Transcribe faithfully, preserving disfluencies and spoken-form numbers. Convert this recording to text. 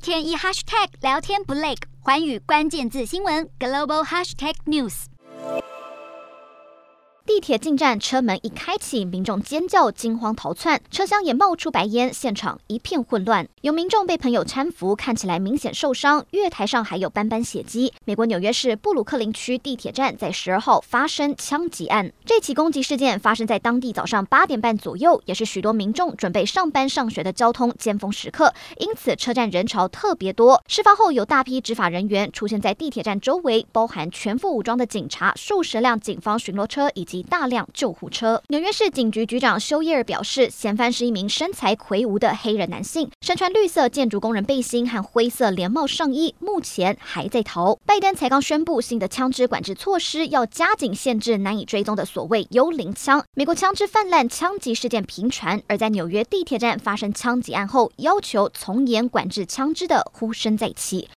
天一 hashtag 聊天不累，寰宇关键字新闻 global hashtag news。 地铁进站，车门一开启，民众尖叫，惊慌逃窜，车厢也冒出白烟，现场一片混乱。有民众被朋友搀扶，看起来明显受伤，月台上还有斑斑血迹。美国纽约市布鲁克林区地铁站在十二号发生枪击案，这起攻击事件发生在当地早上八点半左右，也是许多民众准备上班上学的交通尖峰时刻，因此车站人潮特别多。事发后，有大批执法人员出现在地铁站周围，包含全副武装的警察、数十辆警方巡逻车以及大量救护车。纽约市警局局长休耶尔表示，嫌犯是一名身材魁梧的黑人男性，身穿绿色建筑工人背心和灰色连帽上衣，目前还在逃。拜登才刚宣布新的枪支管制措施，要加紧限制难以追踪的所谓幽灵枪。美国枪支泛滥，枪击事件频传，而在纽约地铁站发生枪击案后，要求从严管制枪支的呼声再起。